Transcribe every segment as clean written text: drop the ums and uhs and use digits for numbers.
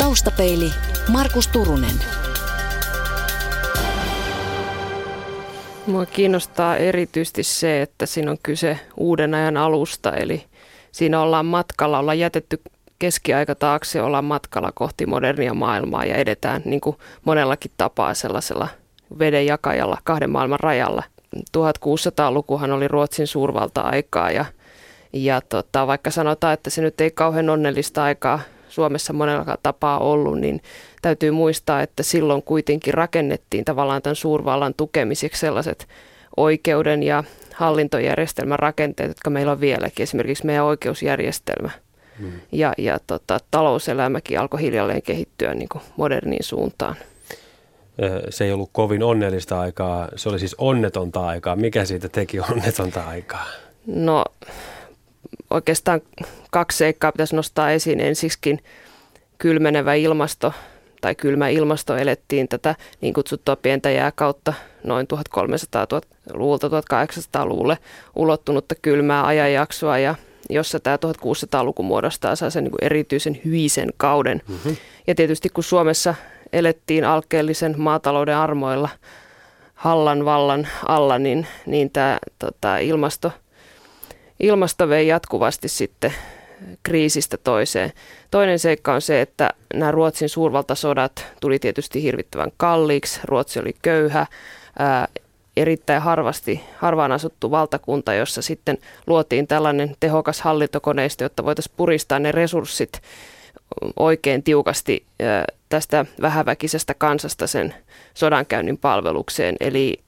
Taustapeili Markus Turunen. Mua kiinnostaa erityisesti se, että siinä on kyse uuden ajan alusta, eli siinä ollaan jätetty keskiaika taakse, ollaan matkalla kohti modernia maailmaa ja edetään niin kuin monellakin tapaa sellaisella vedenjakajalla, kahden maailman rajalla. 1600-lukuhan oli Ruotsin suurvalta-aikaa ja vaikka sanotaan, että se nyt ei kauhean onnellista aikaa Suomessa monella tapaa ollut, niin täytyy muistaa, että silloin kuitenkin rakennettiin tavallaan tämän suurvallan tukemiseksi sellaiset oikeuden ja hallintojärjestelmän rakenteet, jotka meillä on vieläkin, esimerkiksi meidän oikeusjärjestelmä. Ja talouselämäkin alkoi hiljalleen kehittyä niin kuin moderniin suuntaan. Se ei ollut kovin onnellista aikaa, se oli siis onnetonta aikaa. Mikä siitä teki onnetonta aikaa? No oikeastaan kaksi seikkaa pitäisi nostaa esiin. Ensiksikin kylmenevä ilmasto tai kylmä ilmasto elettiin tätä niin kutsuttua pientä jääkautta noin 1300-luvulta 1800-luvulle ulottunutta kylmää ajanjaksoa ja jossa tämä 1600-luku muodostaa sen niin kuin erityisen hyisen kauden. Ja tietysti kun Suomessa elettiin alkeellisen maatalouden armoilla Hallan vallan alla, niin tämä ilmasto vei jatkuvasti sitten kriisistä toiseen. Toinen seikka on se, että nämä Ruotsin suurvaltasodat tuli tietysti hirvittävän kalliiksi. Ruotsi oli köyhä, erittäin harvaan asuttu valtakunta, jossa sitten luotiin tällainen tehokas hallintokoneisto, jotta voitaisiin puristaa ne resurssit oikein tiukasti tästä vähäväkisestä kansasta sen sodankäynnin palvelukseen. Eli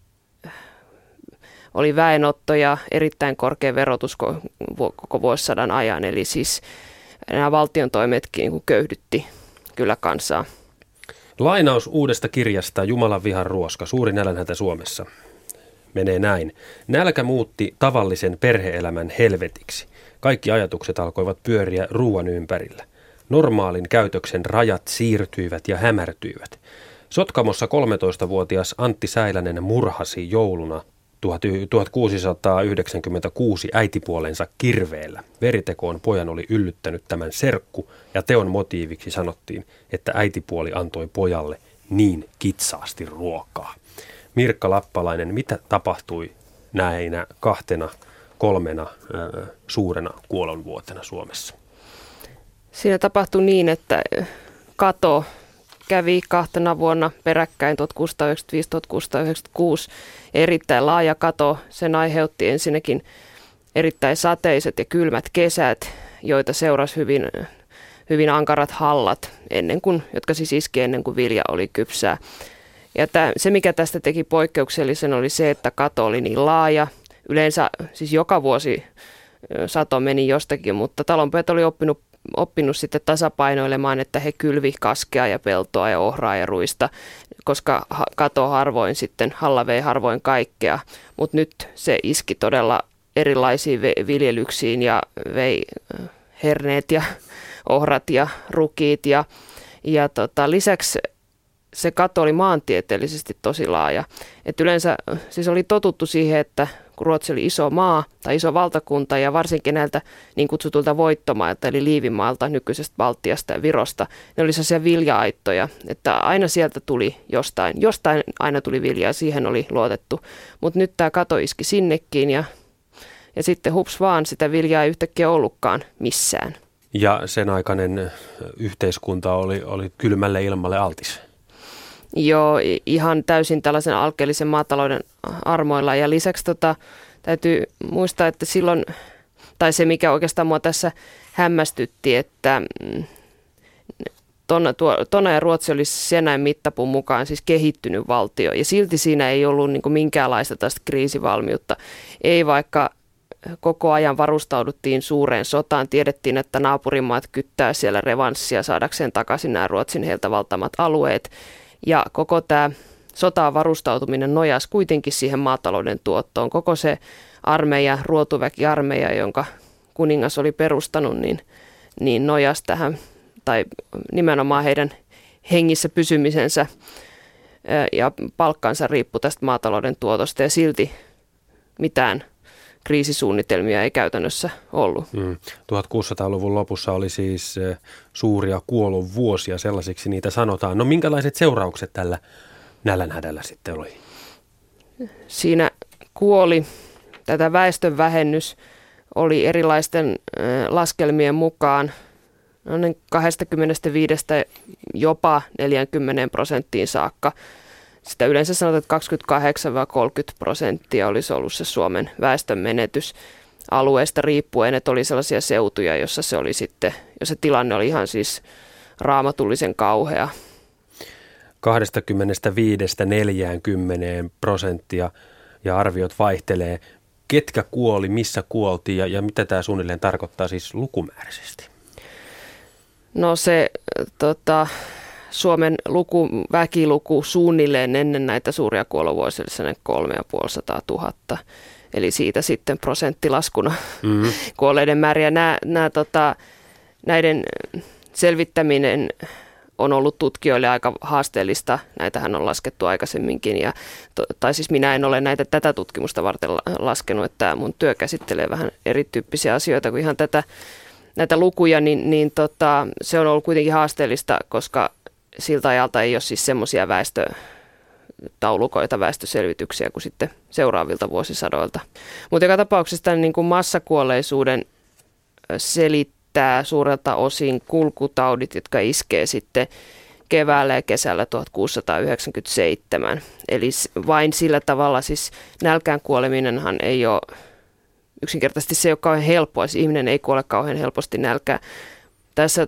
oli väenotto ja erittäin korkea verotus koko vuosisadan ajan, eli siis nämä valtion toimetkin niin kuin köyhdytti kyllä kansaa. Lainaus uudesta kirjasta Jumalan vihan ruoska, suuri nälänhätä Suomessa. Menee näin. Nälkä muutti tavallisen perhe-elämän helvetiksi. Kaikki ajatukset alkoivat pyöriä ruoan ympärillä. Normaalin käytöksen rajat siirtyivät ja hämärtyivät. Sotkamossa 13-vuotias Antti Säilänen murhasi jouluna 1696 äitipuolensa kirveellä. Veritekoon pojan oli yllyttänyt tämän serkku ja teon motiiviksi sanottiin, että äitipuoli antoi pojalle niin kitsaasti ruokaa. Mirkka Lappalainen, mitä tapahtui näinä 2-3 suurena kuolonvuotena Suomessa? Siinä tapahtui niin, että kato kävi 2 vuonna peräkkäin 1695-1696. Erittäin laaja kato. Sen aiheutti ensinnäkin erittäin sateiset ja kylmät kesät, joita seurasi hyvin ankarat hallat, jotka siis iski ennen kuin vilja oli kypsää. Ja se, mikä tästä teki poikkeuksellisen, oli se, että kato oli niin laaja. Yleensä siis joka vuosi sato meni jostakin, mutta talonpojat oli oppinut sitten tasapainoilemaan, että he kylvi kaskea ja peltoa ja ohraa ja ruista, koska kato harvoin sitten, halla vei harvoin kaikkea. Mutta nyt se iski todella erilaisiin viljelyksiin ja vei herneet ja ohrat ja rukiit ja lisäksi se kato oli maantieteellisesti tosi laaja. Et yleensä siis oli totuttu siihen, että kun Ruotsi oli iso maa tai iso valtakunta ja varsinkin näiltä niin kutsutulta voittomailta eli Liivimailta, nykyisestä Baltiasta ja Virosta, ne oli sellaisia vilja-aittoja, että aina sieltä tuli jostain aina tuli viljaa, siihen oli luotettu. Mutta nyt tämä kato iski sinnekin ja sitten hups vaan sitä viljaa ei yhtäkkiä ollutkaan missään. Ja sen aikainen yhteiskunta oli kylmälle ilmalle altis. Joo, ihan täysin tällaisen alkeellisen maatalouden armoilla ja lisäksi täytyy muistaa, että silloin, tai se mikä oikeastaan mua tässä hämmästytti, että Tona ja Ruotsi olisi Senäin mittapuun mukaan siis kehittynyt valtio ja silti siinä ei ollut niin kuin minkäänlaista tästä kriisivalmiutta. Ei vaikka koko ajan varustauduttiin suureen sotaan, tiedettiin, että naapurimaat kyttää siellä revanssia saadakseen takaisin nämä Ruotsin heiltä valtamat alueet. Ja koko tämä sotaan varustautuminen nojasi kuitenkin siihen maatalouden tuottoon. Koko se armeija, ruotuväkiarmeija, jonka kuningas oli perustanut, niin nojasi tähän, tai nimenomaan heidän hengissä pysymisensä ja palkkansa riippui tästä maatalouden tuotosta. Ja silti mitään kriisisuunnitelmia ei käytännössä ollut. 1600-luvun lopussa oli siis suuria kuolonvuosia, sellaisiksi niitä sanotaan. No minkälaiset seuraukset tällä nälänhädällä sitten oli? Siinä kuoli, tätä väestönvähennys oli erilaisten laskelmien mukaan noin 25 jopa 40% saakka. Sitä yleensä sanotaan, että 28-30% olisi ollut se Suomen väestön menetys alueesta riippuen, että oli sellaisia seutuja, jossa se oli sitten, jos se tilanne oli ihan siis raamatullisen kauhea. 25-40% ja arviot vaihtelee. Ketkä kuoli, missä kuoltiin ja mitä tämä suunnilleen tarkoittaa siis lukumääräisesti? No se Suomen väkiluku suunnilleen ennen näitä suuria kuolovuosia oli sellainen 350 000. Eli siitä sitten prosenttilaskuna kuolleiden määriä. Näiden selvittäminen on ollut tutkijoille aika haasteellista. Näitähän on laskettu aikaisemminkin. Tai siis minä en ole tätä tutkimusta varten laskenut, että mun työ käsittelee vähän erityyppisiä asioita kuin ihan näitä lukuja, niin se on ollut kuitenkin haasteellista, koska siltä ajalta ei ole siis semmoisia väestötaulukoita, väestöselvityksiä kuin sitten seuraavilta vuosisadoilta. Mutta joka tapauksessa niin kuin massakuolleisuuden selittää suurelta osin kulkutaudit, jotka iskee sitten keväällä ja kesällä 1697. Eli vain sillä tavalla siis nälkään kuoleminenhan ei ole, yksinkertaisesti se ei ole kauhean helppoa, siis ihminen ei kuole kauhean helposti nälkään. Tässä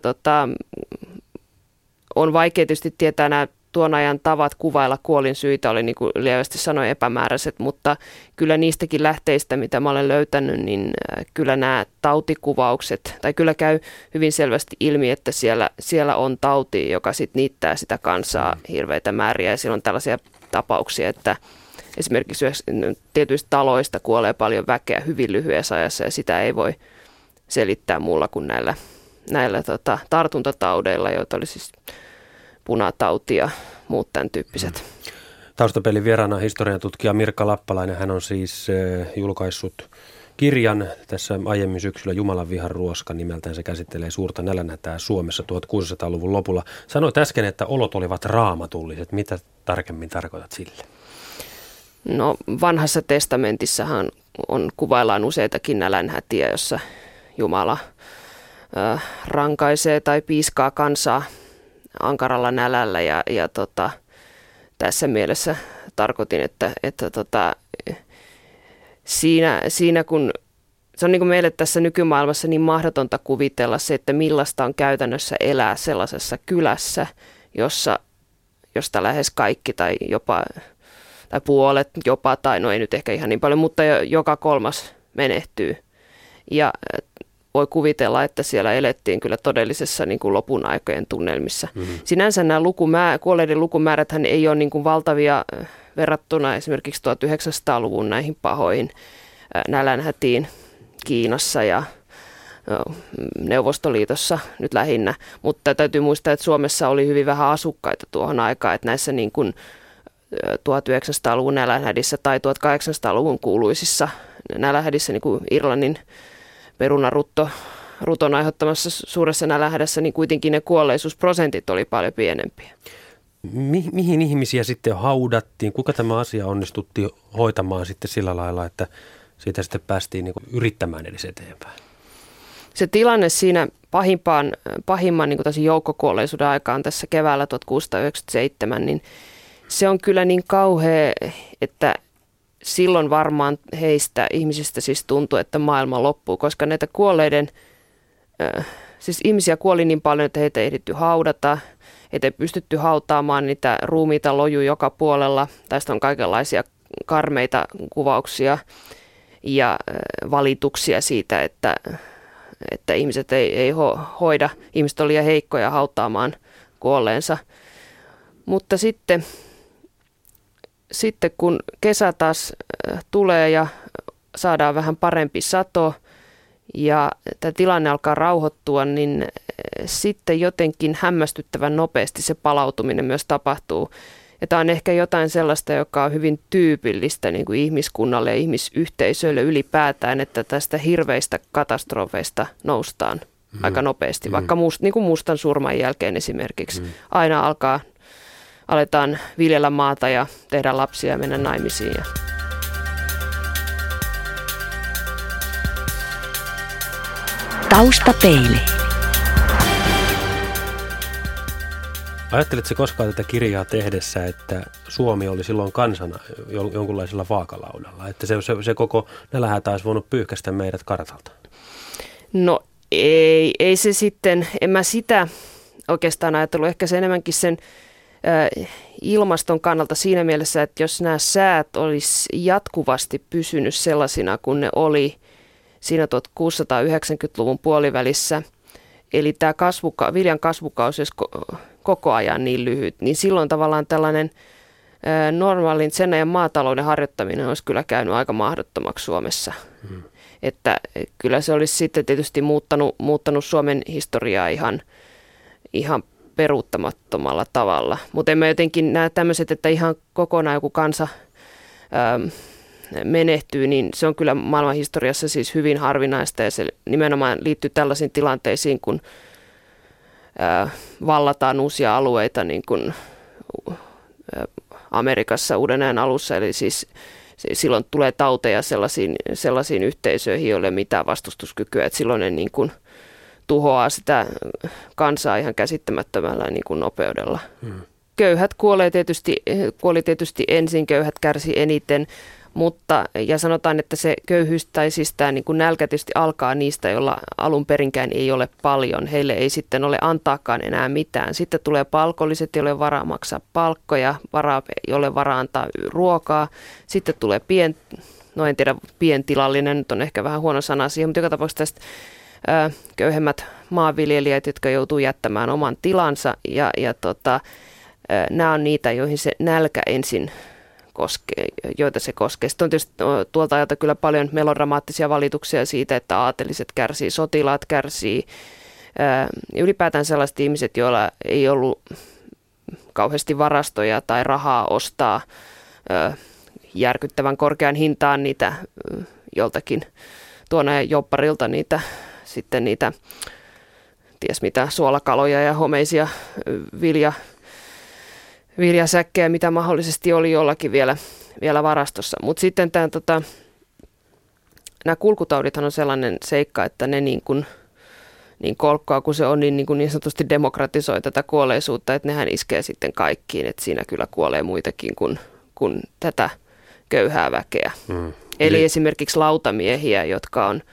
on vaikea tietysti tietää nämä tuon ajan tavat kuvailla kuolinsyitä, oli niin kuin lievästi sanoin epämääräiset, mutta kyllä niistäkin lähteistä, mitä mä olen löytänyt, niin kyllä nämä tautikuvaukset, tai kyllä käy hyvin selvästi ilmi, että siellä on tauti, joka sitten niittää sitä kansaa hirveitä määriä, ja siellä on tällaisia tapauksia, että esimerkiksi tietyistä taloista kuolee paljon väkeä hyvin lyhyessä ajassa, ja sitä ei voi selittää muulla kuin näillä tartuntataudeilla, joita oli siis punatauti ja muut tämän tyyppiset. Taustapelin vieraana historian tutkija Mirkka Lappalainen. Hän on siis julkaissut kirjan tässä aiemmin syksyllä Jumalan vihan ruoska nimeltään. Se käsittelee suurta nälänhätää Suomessa 1600-luvun lopulla. Sanoit äsken, että olot olivat raamatulliset. Mitä tarkemmin tarkoitat sille? No vanhassa testamentissahan kuvaillaan useitakin nälänhätiä, jossa Jumala rankaisee tai piiskaa kansaa ankaralla nälällä ja tässä mielessä tarkoitin, että siinä kun se on niin kuin meille tässä nykymaailmassa niin mahdotonta kuvitella se, että millaista on käytännössä elää sellaisessa kylässä, josta lähes kaikki tai jopa tai puolet jopa, tai no ei nyt ehkä ihan niin paljon, mutta joka kolmas menehtyy. Ja voi kuvitella, että siellä elettiin kyllä todellisessa niin kuin lopun aikojen tunnelmissa. Mm-hmm. Sinänsä nämä kuolleiden lukumääräthän ei ole niin kuin valtavia verrattuna esimerkiksi 1900-luvun näihin pahoihin nälänhätiin Kiinassa ja Neuvostoliitossa nyt lähinnä. Mutta täytyy muistaa, että Suomessa oli hyvin vähän asukkaita tuohon aikaan, että näissä niin kuin 1900-luvun nälänhädissä tai 1800-luvun kuuluisissa nälänhädissä, niin kuin Irlannin perunaruton aiheuttamassa suuressa nälänhädässä, niin kuitenkin ne kuolleisuusprosentit oli paljon pienempiä. Mihin ihmisiä sitten haudattiin? Kuinka tämä asia onnistuttiin hoitamaan sitten sillä lailla, että siitä sitten päästiin niin kuin yrittämään edes eteenpäin? Se tilanne siinä pahimman niin kuin joukkokuolleisuuden aikaan tässä keväällä 1697, niin se on kyllä niin kauhea, että silloin varmaan heistä ihmisistä siis tuntui, että maailma loppuu, koska näitä kuolleiden, siis ihmisiä kuoli niin paljon, että heitä ei ehditty haudata, heitä ei pystytty hautaamaan, niitä ruumiita lojui joka puolella. Tästä on kaikenlaisia karmeita kuvauksia ja valituksia siitä, että ihmiset ei hoida, ihmiset oli liian heikkoja hautaamaan kuolleensa. Mutta sitten kun kesä taas tulee ja saadaan vähän parempi sato ja tämä tilanne alkaa rauhoittua, niin sitten jotenkin hämmästyttävän nopeasti se palautuminen myös tapahtuu. Ja tämä on ehkä jotain sellaista, joka on hyvin tyypillistä niin kuin ihmiskunnalle ja ihmisyhteisöille ylipäätään, että tästä hirveistä katastrofeista noustaan aika nopeasti, vaikka niin kuin mustan surman jälkeen esimerkiksi. Aina aletaan viljellä maata ja tehdä lapsia ja mennä naimisiin. Taustapeili. Ajattelitko koskaan tätä kirjaa tehdessä, että Suomi oli silloin kansana jonkunlaisella vaakalaudalla? Että se koko nälänhätä olisi voinut pyyhkäistä meidät kartalta? No ei se sitten, en mä sitä oikeastaan ajatellut. Ehkä se enemmänkin sen ilmaston kannalta siinä mielessä, että jos nämä säät olisi jatkuvasti pysynyt sellaisina kuin ne oli siinä 1690-luvun puolivälissä, eli tämä viljan kasvukausi olisi koko ajan niin lyhyt, niin silloin tavallaan tällainen normaalin sen ajan maatalouden harjoittaminen olisi kyllä käynyt aika mahdottomaksi Suomessa. Että kyllä se olisi sitten tietysti muuttanut Suomen historiaa ihan peruuttamattomalla tavalla. Mutta en mä jotenkin näe tämmöiset, että ihan kokonaan joku kansa menehtyy, niin se on kyllä maailmanhistoriassa siis hyvin harvinaista ja se nimenomaan liittyy tällaisiin tilanteisiin, kun vallataan uusia alueita niin kuin Amerikassa uuden ajan alussa, eli siis silloin tulee tauteja sellaisiin yhteisöihin, joille ei ole mitään vastustuskykyä, että silloin ne niin kuin tuhoaa sitä kansaa ihan käsittämättömällä niin kuin nopeudella. Köyhät kuoli tietysti ensin, köyhät kärsi eniten, ja sanotaan, että se köyhyys tai siis tämä niin kuin nälkä tietysti alkaa niistä, joilla alun perinkään ei ole paljon. Heille ei sitten ole antaakaan enää mitään. Sitten tulee palkolliset, joille varaa maksaa palkkoja, joille varaa antaa ruokaa. Sitten tulee pientilallinen, nyt on ehkä vähän huono sana siihen, mutta joka tapauksessa tästä köyhemmät maanviljelijät, jotka joutuu jättämään oman tilansa nämä on niitä, joihin se nälkä ensin joita se koskee. Sitten on tietysti tuolta ajalta kyllä paljon melodramaattisia valituksia siitä, että aateliset kärsii, sotilaat kärsii. Ylipäätään sellaiset ihmiset, joilla ei ollut kauheasti varastoja tai rahaa ostaa järkyttävän korkean hintaan niitä joltakin tuonne jopparilta niitä ties mitä suolakaloja ja homeisia viljasäkkejä, mitä mahdollisesti oli jollakin vielä varastossa. Mutta sitten nämä kulkutaudithan on sellainen seikka, että ne niin kolkkoa kuin se on, niin sanotusti demokratisoi tätä kuolleisuutta, että nehän iskee sitten kaikkiin, että siinä kyllä kuolee muitakin kuin tätä köyhää väkeä. Eli esimerkiksi lautamiehiä, jotka on,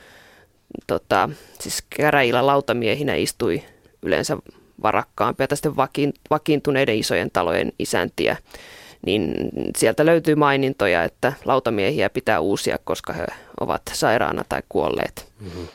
siis käräjillä lautamiehinä istui yleensä varakkaampia tai sitten vakiintuneiden isojen talojen isäntiä, niin sieltä löytyy mainintoja, että lautamiehiä pitää uusia, koska he ovat sairaana tai kuolleet.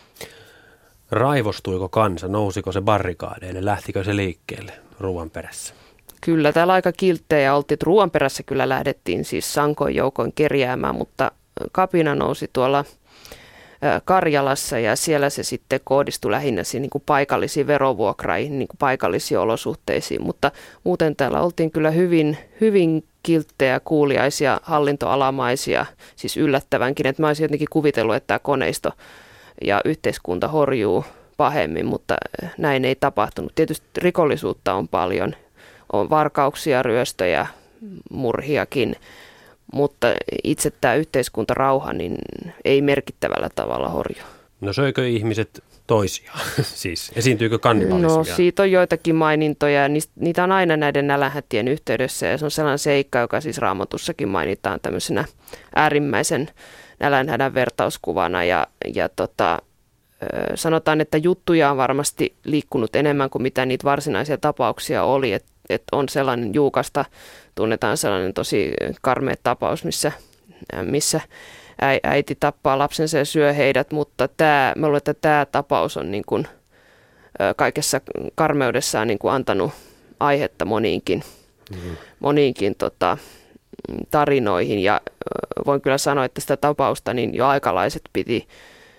Raivostuiko kansa? Nousiko se barrikaadeille? Lähtikö se liikkeelle ruoan perässä? Kyllä, täällä aika kilttejä oltiin. Ruoan perässä kyllä lähdettiin siis sankoin joukoin kerjäämään, mutta kapina nousi tuolla Karjalassa ja siellä se sitten kohdistui lähinnä niin kuin paikallisiin verovuokraihin, niin kuin paikallisiin olosuhteisiin, mutta muuten täällä oltiin kyllä hyvin, hyvin kilttejä, kuuliaisia, hallintoalamaisia, siis yllättävänkin, että mä olisin jotenkin kuvitellut, että tämä koneisto ja yhteiskunta horjuu pahemmin, mutta näin ei tapahtunut. Tietysti rikollisuutta on paljon, on varkauksia, ryöstöjä, murhiakin, mutta itse tämä yhteiskuntarauha niin ei merkittävällä tavalla horju. No söikö ihmiset toisiaan? Siis esiintyykö kannibalismia? No siitä on joitakin mainintoja ja niitä on aina näiden nälänhätien yhteydessä ja se on sellainen seikka, joka siis Raamatussakin mainitaan tämmöisenä äärimmäisen nälänhädän vertauskuvana ja sanotaan, että juttuja on varmasti liikkunut enemmän kuin mitä niitä varsinaisia tapauksia oli, että on sellainen Juukasta tunnetaan sellainen tosi karmea tapaus, missä äiti tappaa lapsensa ja syö heidät, mutta mä luulen, että tämä tapaus on niin kuin kaikessa karmeudessaan niin kuin antanut aihetta moniinkin tarinoihin ja voin kyllä sanoa, että sitä tapausta niin jo aikalaiset piti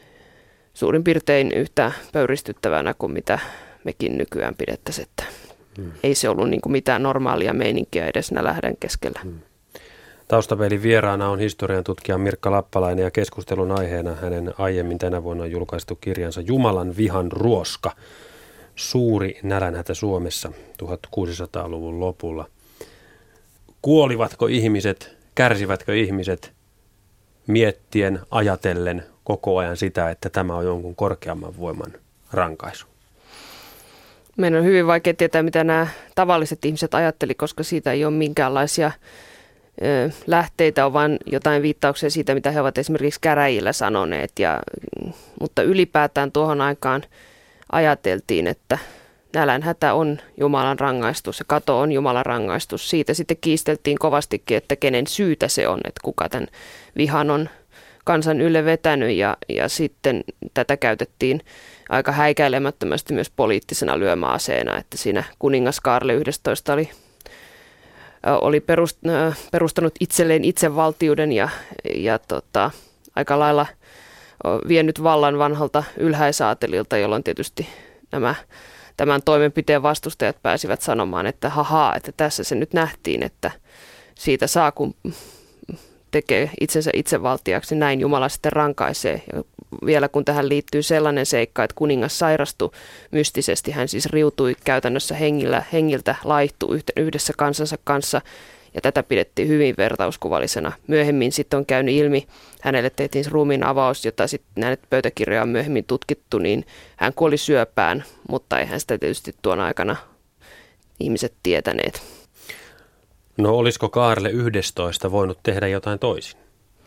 suurin piirtein yhtä pöyristyttävänä kuin mitä mekin nykyään pidettäisiin. ei se ollut niin kuin mitään normaalia meininkiä edes nälänhädän keskellä. Taustapeilin vieraana on historian tutkija Mirkka Lappalainen ja keskustelun aiheena hänen aiemmin tänä vuonna julkaistu kirjansa Jumalan vihan ruoska. Suuri nälänhätä Suomessa 1600-luvun lopulla. Kuolivatko ihmiset, kärsivätkö ihmiset miettien, ajatellen koko ajan sitä, että tämä on jonkun korkeamman voiman rankaisu? Meidän on hyvin vaikea tietää, mitä nämä tavalliset ihmiset ajatteli, koska siitä ei ole minkäänlaisia lähteitä, on vain jotain viittauksia siitä, mitä he ovat esimerkiksi käräjillä sanoneet. Mutta ylipäätään tuohon aikaan ajateltiin, että nälänhätä on Jumalan rangaistus ja kato on Jumalan rangaistus. Siitä sitten kiisteltiin kovastikin, että kenen syytä se on, että kuka tämän vihan on kansan ylle vetänyt ja sitten tätä käytettiin aika häikäilemättömästi myös poliittisena lyömäaseena, että siinä kuningas Kaarle 11 oli perustanut itselleen itsevaltiuden ja aika lailla vienyt vallan vanhalta ylhäisaatelilta, jolloin tietysti tämän toimenpiteen vastustajat pääsivät sanomaan, että että tässä se nyt nähtiin, että siitä saa kun tekee itsensä itsevaltiaksi, näin Jumala sitten rankaisee. Ja vielä kun tähän liittyy sellainen seikka, että kuningas sairastui mystisesti, hän siis riutui käytännössä hengiltä, laihtui yhdessä kansansa kanssa, ja tätä pidettiin hyvin vertauskuvallisena. Myöhemmin sitten on käynyt ilmi, hänelle tehtiin ruumiin avaus, jota sitten näitä pöytäkirjoja on myöhemmin tutkittu, niin hän kuoli syöpään, mutta eihän sitä tietysti tuon aikana ihmiset tietäneet. No olisiko Kaarle 11 voinut tehdä jotain toisin?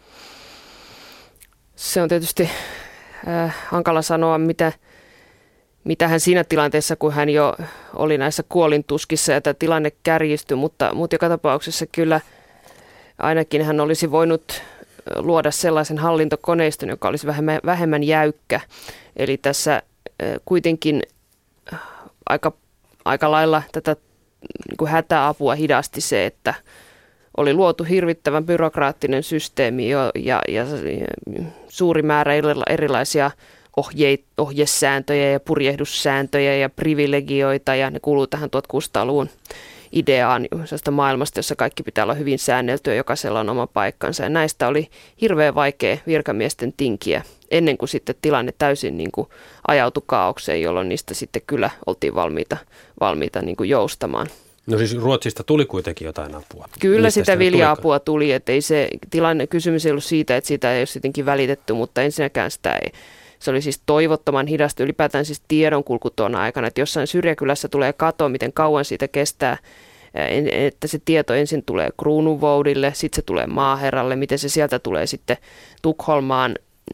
Se on tietysti hankala sanoa, mitä hän siinä tilanteessa, kun hän jo oli näissä kuolintuskissa ja tämä tilanne kärjistyi, mutta joka tapauksessa kyllä ainakin hän olisi voinut luoda sellaisen hallintokoneiston, joka olisi vähemmän jäykkä. Eli tässä kuitenkin aika lailla tätä niin kuin hätäapua hidasti se, että oli luotu hirvittävän byrokraattinen systeemi ja suuri määrä erilaisia ohjesääntöjä ja purjehdussääntöjä ja privilegioita, ja ne kuuluu tähän 1600-luvun ideaan maailmasta, jossa kaikki pitää olla hyvin säänneltyä, jokaisella on oma paikkansa. Ja näistä oli hirveän vaikea virkamiesten tinkiä ennen kuin sitten tilanne täysin niin kuin ajautui kaaukseen, jolloin niistä sitten kyllä oltiin valmiita niin kuin joustamaan. No siis Ruotsista tuli kuitenkin jotain apua. Kyllä mistä sitä vilja-apua tuli, että ei se kysymys ei ollut siitä, että sitä ei ole sittenkin välitetty, mutta ensinnäkään se oli siis toivottoman hidasta, ylipäätään siis tiedonkulku tuona aikana, että jossain syrjäkylässä tulee kato, miten kauan siitä kestää, että se tieto ensin tulee kruununvoudille, sitten se tulee maaherralle, miten se sieltä tulee sitten Tukholmaan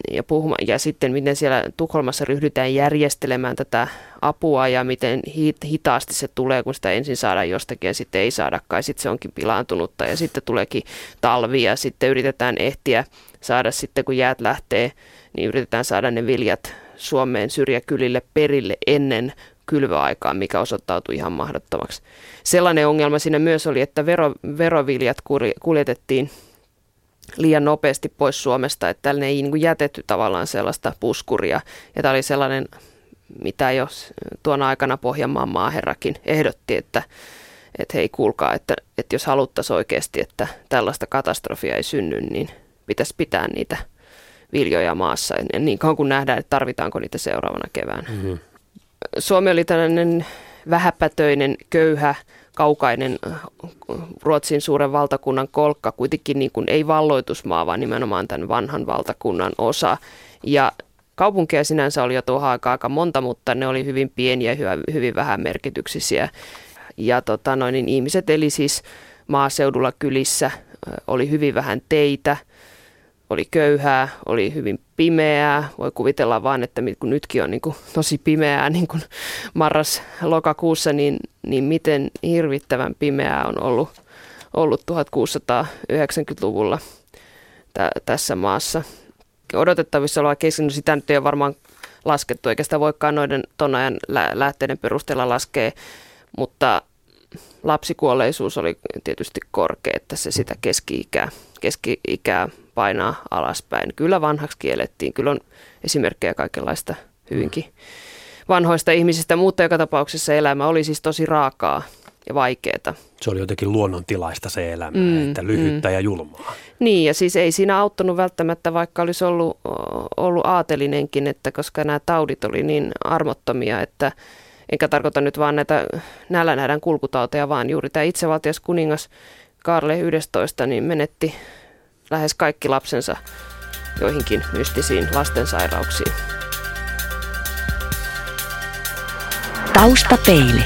ja sitten miten siellä Tukholmassa ryhdytään järjestelemään tätä apua ja miten hitaasti se tulee, kun sitä ensin saadaan jostakin ja sitten ei saadakaan, sitten se onkin pilaantunutta ja sitten tuleekin talvi ja sitten yritetään ehtiä saada sitten, kun jäät lähtee, niin yritetään saada ne viljat Suomeen syrjäkylille perille ennen kylvöaikaa, mikä osoittautui ihan mahdottomaksi. Sellainen ongelma siinä myös oli, että veroviljat kuljetettiin liian nopeasti pois Suomesta, että tällainen ei niin kuin jätetty tavallaan sellaista puskuria. Ja tämä oli sellainen, mitä jo tuona aikana Pohjanmaan maaherrakin ehdotti, että hei kuulkaa, että jos haluttaisiin oikeasti, että tällaista katastrofia ei synny, niin pitäisi pitää niitä viljoja maassa. Ja niin kauan kun nähdään, että tarvitaanko niitä seuraavana keväänä. Mm-hmm. Suomi oli tällainen vähäpätöinen, köyhä, kaukainen Ruotsin suuren valtakunnan kolkka, kuitenkin niin kuin ei valloitusmaa, vaan nimenomaan tämän vanhan valtakunnan osa. Ja kaupunkeja sinänsä oli jo tuohon aikaan aika monta, mutta ne oli hyvin pieniä ja hyvin vähän merkityksisiä. Ja niin ihmiset eli siis maaseudulla kylissä, oli hyvin vähän teitä, oli köyhää, oli hyvin pimeää. Voi kuvitella vaan, että kun nytkin on niin kuin tosi pimeää niin kuin marras-lokakuussa, niin miten hirvittävän pimeää on ollut 1690-luvulla tässä maassa. Odotettavissa oleva keskitystä, sitä nyt ei ole varmaan laskettu, eikä sitä voikaan noiden ton ajan lähteiden perusteella laskea, mutta lapsikuolleisuus oli tietysti korkea, että se sitä keski-ikää painaa alaspäin. Kyllä vanhaksi kielettiin, kyllä on esimerkkejä kaikenlaista hyvinkin vanhoista ihmisistä, mutta joka tapauksessa elämä oli siis tosi raakaa ja vaikeaa. Se oli jotenkin luonnontilaista se elämä, että lyhyttä ja julmaa. Niin, ja siis ei siinä auttanut välttämättä, vaikka olisi ollut aatelinenkin, että koska nämä taudit oli niin armottomia, että enkä tarkoita nyt vaan näitä nälänhädän kulkutauteja, vaan juuri tämä itsevaltias kuningas Kaarle 11 niin menetti lähes kaikki lapsensa joihinkin mystisiin lastensairauksiin. Taustapeili.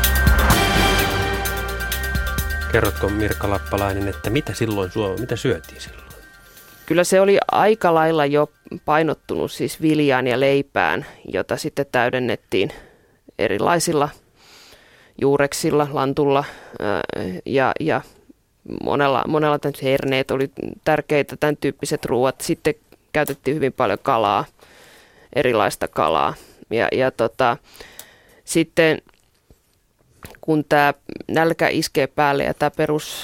Kerrotko Mirkka Lappalainen, että mitä syötiin silloin? Kyllä se oli aika lailla jo painottunut siis viljaan ja leipään, jota sitten täydennettiin erilaisilla juureksilla, lantulla ja monella herneet oli tärkeitä, tämän tyyppiset ruuat. Sitten käytettiin hyvin paljon kalaa, erilaista kalaa. Sitten kun tämä nälkä iskee päälle ja tämä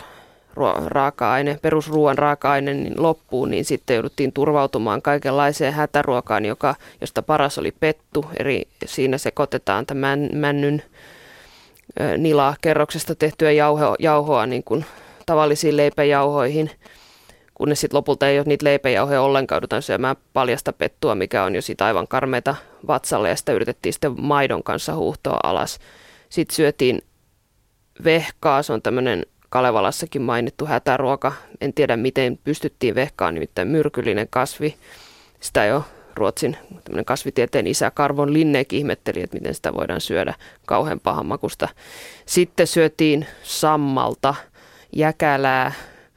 perusruoan raaka-aine niin loppuu, niin sitten jouduttiin turvautumaan kaikenlaiseen hätäruokaan, josta paras oli pettu. Siinä sekoitetaan tämän männyn nila-kerroksesta tehtyä jauhoa niin kuin tavallisiin leipäjauhoihin, kunnes sitten lopulta ei ole niitä leipäjauhoja ollenkaan, joudutaan syömään paljasta pettua, mikä on jo siitä aivan karmeita vatsalle, ja sitä yritettiin sitten maidon kanssa huuhtoa alas. Sitten syötiin vehkaa, se on tämmöinen Kalevalassakin mainittu hätäruoka. En tiedä, miten pystyttiin vehkaan, nimittäin myrkyllinen kasvi. Sitä jo Ruotsin kasvitieteen isä Karvon Linneekin ihmetteli, että miten sitä voidaan syödä kauhean pahan makusta. Sitten syötiin sammalta, jäkälää,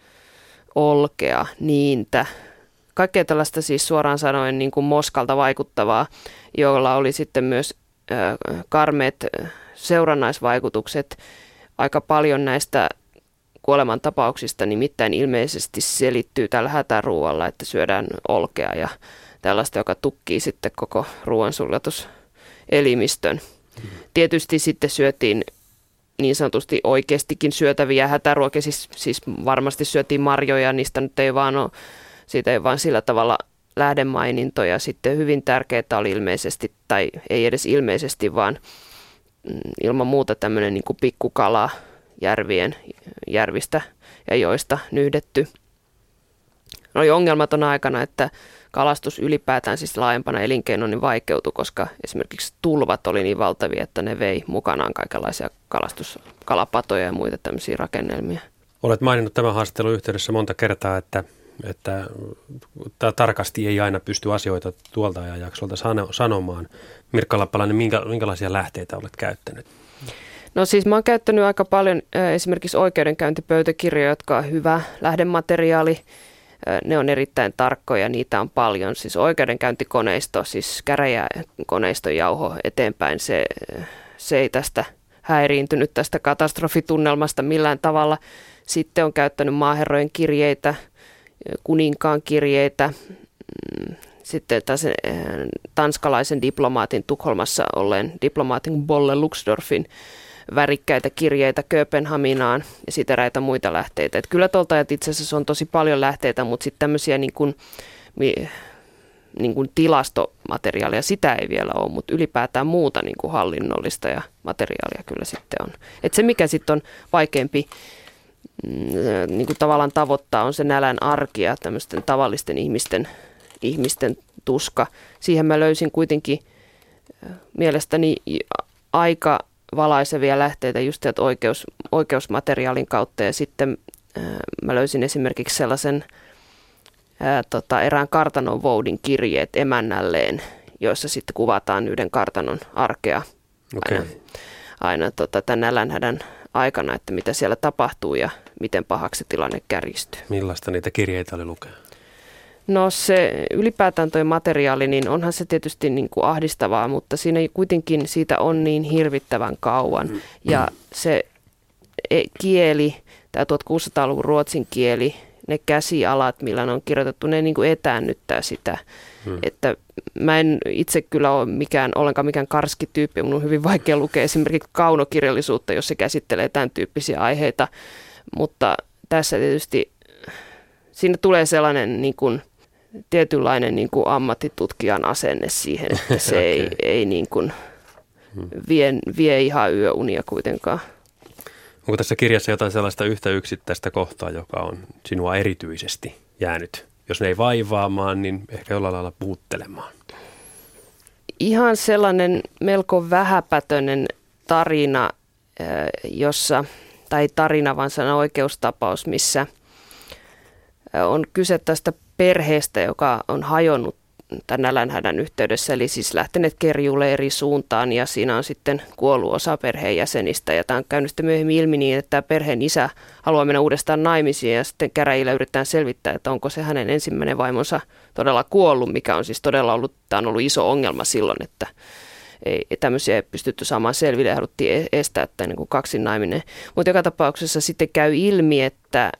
olkea, niintä. Kaikkea tällaista siis suoraan sanoen niin kuin moskalta vaikuttavaa, jolla oli sitten myös karmeat seurannaisvaikutukset. Aika paljon näistä kuolemantapauksista nimittäin ilmeisesti selittyy tällä hätäruualla, että syödään olkea ja tällaista, joka tukkii sitten koko ruoansullatuselimistön. Tietysti sitten syötiin niin sanotusti oikeastikin syötäviä hätäruokia, siis varmasti syötiin marjoja, niistä nyt ei vaan ole, siitä ei vaan sillä tavalla lähdemainintoja. Sitten hyvin tärkeää oli ilmeisesti, tai ei edes ilmeisesti, vaan ilman muuta tämmöinen niin kuin pikkukala järvistä ja joista nyhdetty. Oli ongelmaton aikana, että kalastus ylipäätään siis laajempana elinkeinona niin vaikeutui, koska esimerkiksi tulvat oli niin valtavia, että ne vei mukanaan kaikenlaisia kalastuskalapatoja ja muita tämmöisiä rakennelmia. Olet maininnut tämän haastattelun yhteydessä monta kertaa, että tarkasti ei aina pysty asioita tuolta ajanjaksolta sanomaan. Mirkka Lappalainen, minkälaisia lähteitä olet käyttänyt? No siis mä oon käyttänyt aika paljon esimerkiksi oikeudenkäyntipöytäkirjoja, jotka on hyvä lähdemateriaali. Ne on erittäin tarkkoja, niitä on paljon. Siis oikeudenkäyntikoneisto, siis käräjäkoneiston jauho eteenpäin, se ei tästä häiriintynyt tästä katastrofitunnelmasta millään tavalla. Sitten on käyttänyt maaherrojen kirjeitä, kuninkaan kirjeitä, sitten tanskalaisen diplomaatin Tukholmassa olleen diplomaatin Bolle Luxdorfin värikkäitä kirjeitä Kööpenhaminaan ja sitten eräitä muita lähteitä. Että kyllä tuolta itse asiassa on tosi paljon lähteitä, mutta sitten tämmöisiä niin kuin tilastomateriaalia, sitä ei vielä ole, mutta ylipäätään muuta niin kuin hallinnollista ja materiaalia kyllä sitten on. Että se mikä sitten on vaikeampi niin kuin tavallaan tavoittaa on se nälän arki ja tämmöisten tavallisten ihmisten tuska. Siihen mä löysin kuitenkin mielestäni aika valaisevia lähteitä just oikeusmateriaalin kautta ja sitten mä löysin esimerkiksi sellaisen erään kartanon voudin kirjeet emännälleen, joissa sitten kuvataan yhden kartanon arkea aina tämän nälänhädän aikana, että mitä siellä tapahtuu ja miten pahaksi tilanne kärjistyy. Millaista niitä kirjeitä oli lukea? No se ylipäätään toi materiaali, niin onhan se tietysti niin kuin ahdistavaa, mutta siinä kuitenkin siitä on niin hirvittävän kauan. Ja se kieli, tämä 1600-luvun ruotsin kieli, ne käsialat, millä ne on kirjoitettu, ne niin kuin etäännyttää sitä. Että mä en itse kyllä ole ollenkaan mikään karski tyyppi, mun on hyvin vaikea lukea esimerkiksi kaunokirjallisuutta, jos se käsittelee tämän tyyppisiä aiheita, mutta tässä tietysti siinä tulee sellainen niin kuin tietynlainen niin kuin ammattitutkijan asenne siihen, että se ei niin kuin vie ihan yöunia kuitenkaan. Onko tässä kirjassa jotain sellaista yhtä yksittäistä kohtaa, joka on sinua erityisesti jäänyt? Jos ne ei vaivaamaan, niin ehkä jollain lailla puuttelemaan. Ihan sellainen melko vähäpätöinen tarina, tai tarina, vaan sana oikeustapaus, missä on kyse tästä perheestä, joka on hajonnut tämän nälänhädän yhteydessä, eli siis lähteneet kerjuulle eri suuntaan, ja siinä on sitten kuollut osa perheenjäsenistä, ja tämä on käynyt sitten myöhemmin ilmi niin, että perheen isä haluaa mennä uudestaan naimisiin, ja sitten käräjillä yritetään selvittää, että onko se hänen ensimmäinen vaimonsa todella kuollut, mikä on siis todella ollut, tämä on ollut iso ongelma silloin, että tämmöisiä ei pystytty saamaan selville ja haluttiin estää tämän niin kuin kaksinaiminen. Mutta joka tapauksessa sitten käy ilmi, että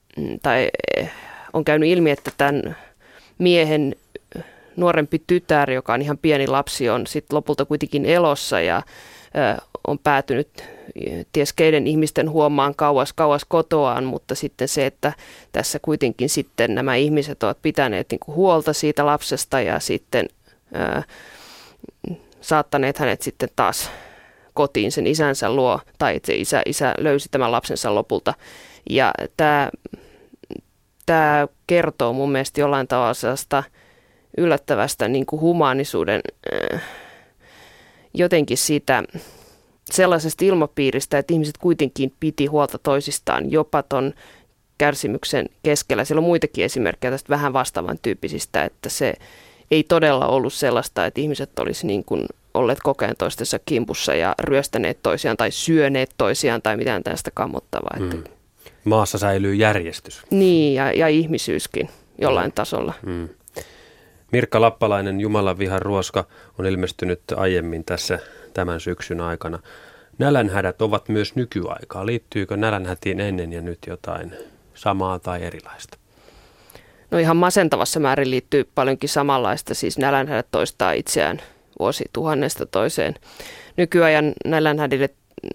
tämän miehen nuorempi tytär, joka on ihan pieni lapsi, on sitten lopulta kuitenkin elossa ja on päätynyt ties keiden ihmisten huomaan kauas kotoaan, mutta sitten se, että tässä kuitenkin sitten nämä ihmiset ovat pitäneet niin kuin huolta siitä lapsesta ja sitten saattaneet hänet sitten taas kotiin sen isänsä luo, tai se isä löysi tämän lapsensa lopulta. Ja tämä kertoo mun mielestä jollain tavalla sellaista yllättävästä niin kuin humaanisuuden jotenkin siitä sellaisesta ilmapiiristä, että ihmiset kuitenkin piti huolta toisistaan jopa ton kärsimyksen keskellä. Siellä on muitakin esimerkkejä tästä vähän vastaavan tyyppisistä, että se ei todella ollut sellaista, että ihmiset olisi niin kuin olleet koko ajan toistensa kimpussa ja ryöstäneet toisiaan tai syöneet toisiaan tai mitään tästä kammottavaa. Maassa säilyy järjestys. Niin, ja ihmisyyskin jollain tasolla. Mirkka Lappalainen, Jumalan vihan ruoska, on ilmestynyt aiemmin tässä tämän syksyn aikana. Nälänhädät ovat myös nykyaikaa. Liittyykö nälänhätiin ennen ja nyt jotain samaa tai erilaista? No ihan masentavassa määrin liittyy paljonkin samanlaista, siis nälänhädät toistaa itseään vuosituhannesta toiseen. Nykyajan nälänhädille,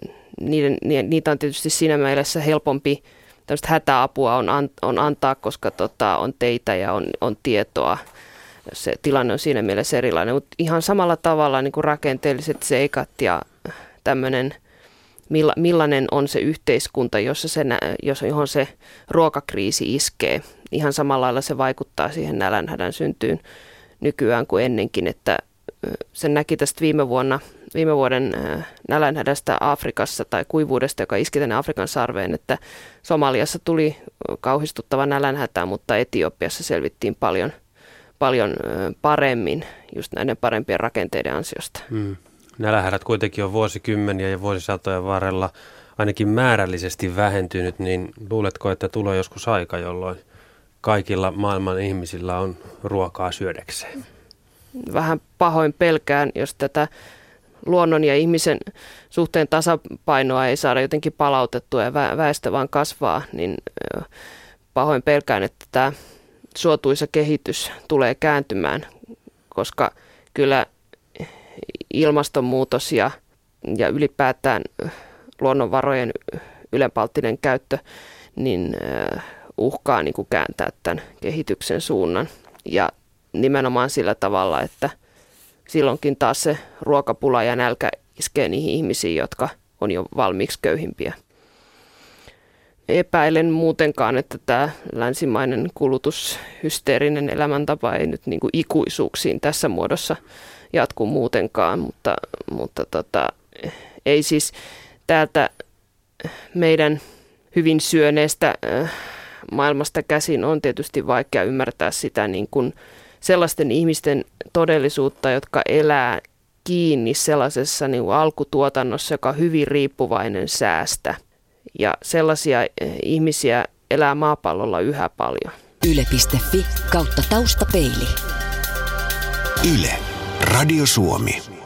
niitä on tietysti siinä mielessä helpompi, tämmöistä hätäapua on antaa, koska on teitä ja on tietoa. Se tilanne on siinä mielessä erilainen, mutta ihan samalla tavalla niin kuin rakenteelliset seikat ja tämmöinen, millainen on se yhteiskunta, johon se ruokakriisi iskee. Ihan samalla lailla se vaikuttaa siihen nälänhädän syntyyn nykyään kuin ennenkin, että sen näki tästä viime vuoden nälänhädästä Afrikassa tai kuivuudesta, joka iski tänne Afrikan sarveen, että Somaliassa tuli kauhistuttava nälänhätä, mutta Etiopiassa selvittiin paljon paremmin just näiden parempien rakenteiden ansiosta. Nälänhädät kuitenkin on vuosikymmeniä ja vuosisatojen varrella ainakin määrällisesti vähentynyt, niin luuletko, että tulee joskus aika, jolloin kaikilla maailman ihmisillä on ruokaa syödäkseen? Vähän pahoin pelkään, jos tätä luonnon ja ihmisen suhteen tasapainoa ei saada jotenkin palautettua ja väestö vaan kasvaa, niin pahoin pelkään, että tämä suotuisa kehitys tulee kääntymään, koska kyllä ilmastonmuutos ja ylipäätään luonnonvarojen ylenpalttinen käyttö niin uhkaa niin kuin kääntää tämän kehityksen suunnan. Ja nimenomaan sillä tavalla, että silloinkin taas se ruokapula ja nälkä iskee niihin ihmisiin, jotka on jo valmiiksi köyhimpiä. Epäilen muutenkaan, että tämä länsimainen kulutushysteerinen elämäntapa ei nyt niin kuin ikuisuuksiin tässä muodossa jatku muutenkaan, mutta ei siis täältä meidän hyvin syöneestä maailmasta käsin on tietysti vaikea ymmärtää sitä niin kuin sellaisten ihmisten todellisuutta, jotka elää kiinni sellaisessa niin kuin alkutuotannossa, joka on hyvin riippuvainen säästä. Ja sellaisia ihmisiä elää maapallolla yhä paljon. Yle.fi/taustapeili. Yle. Radio Suomi.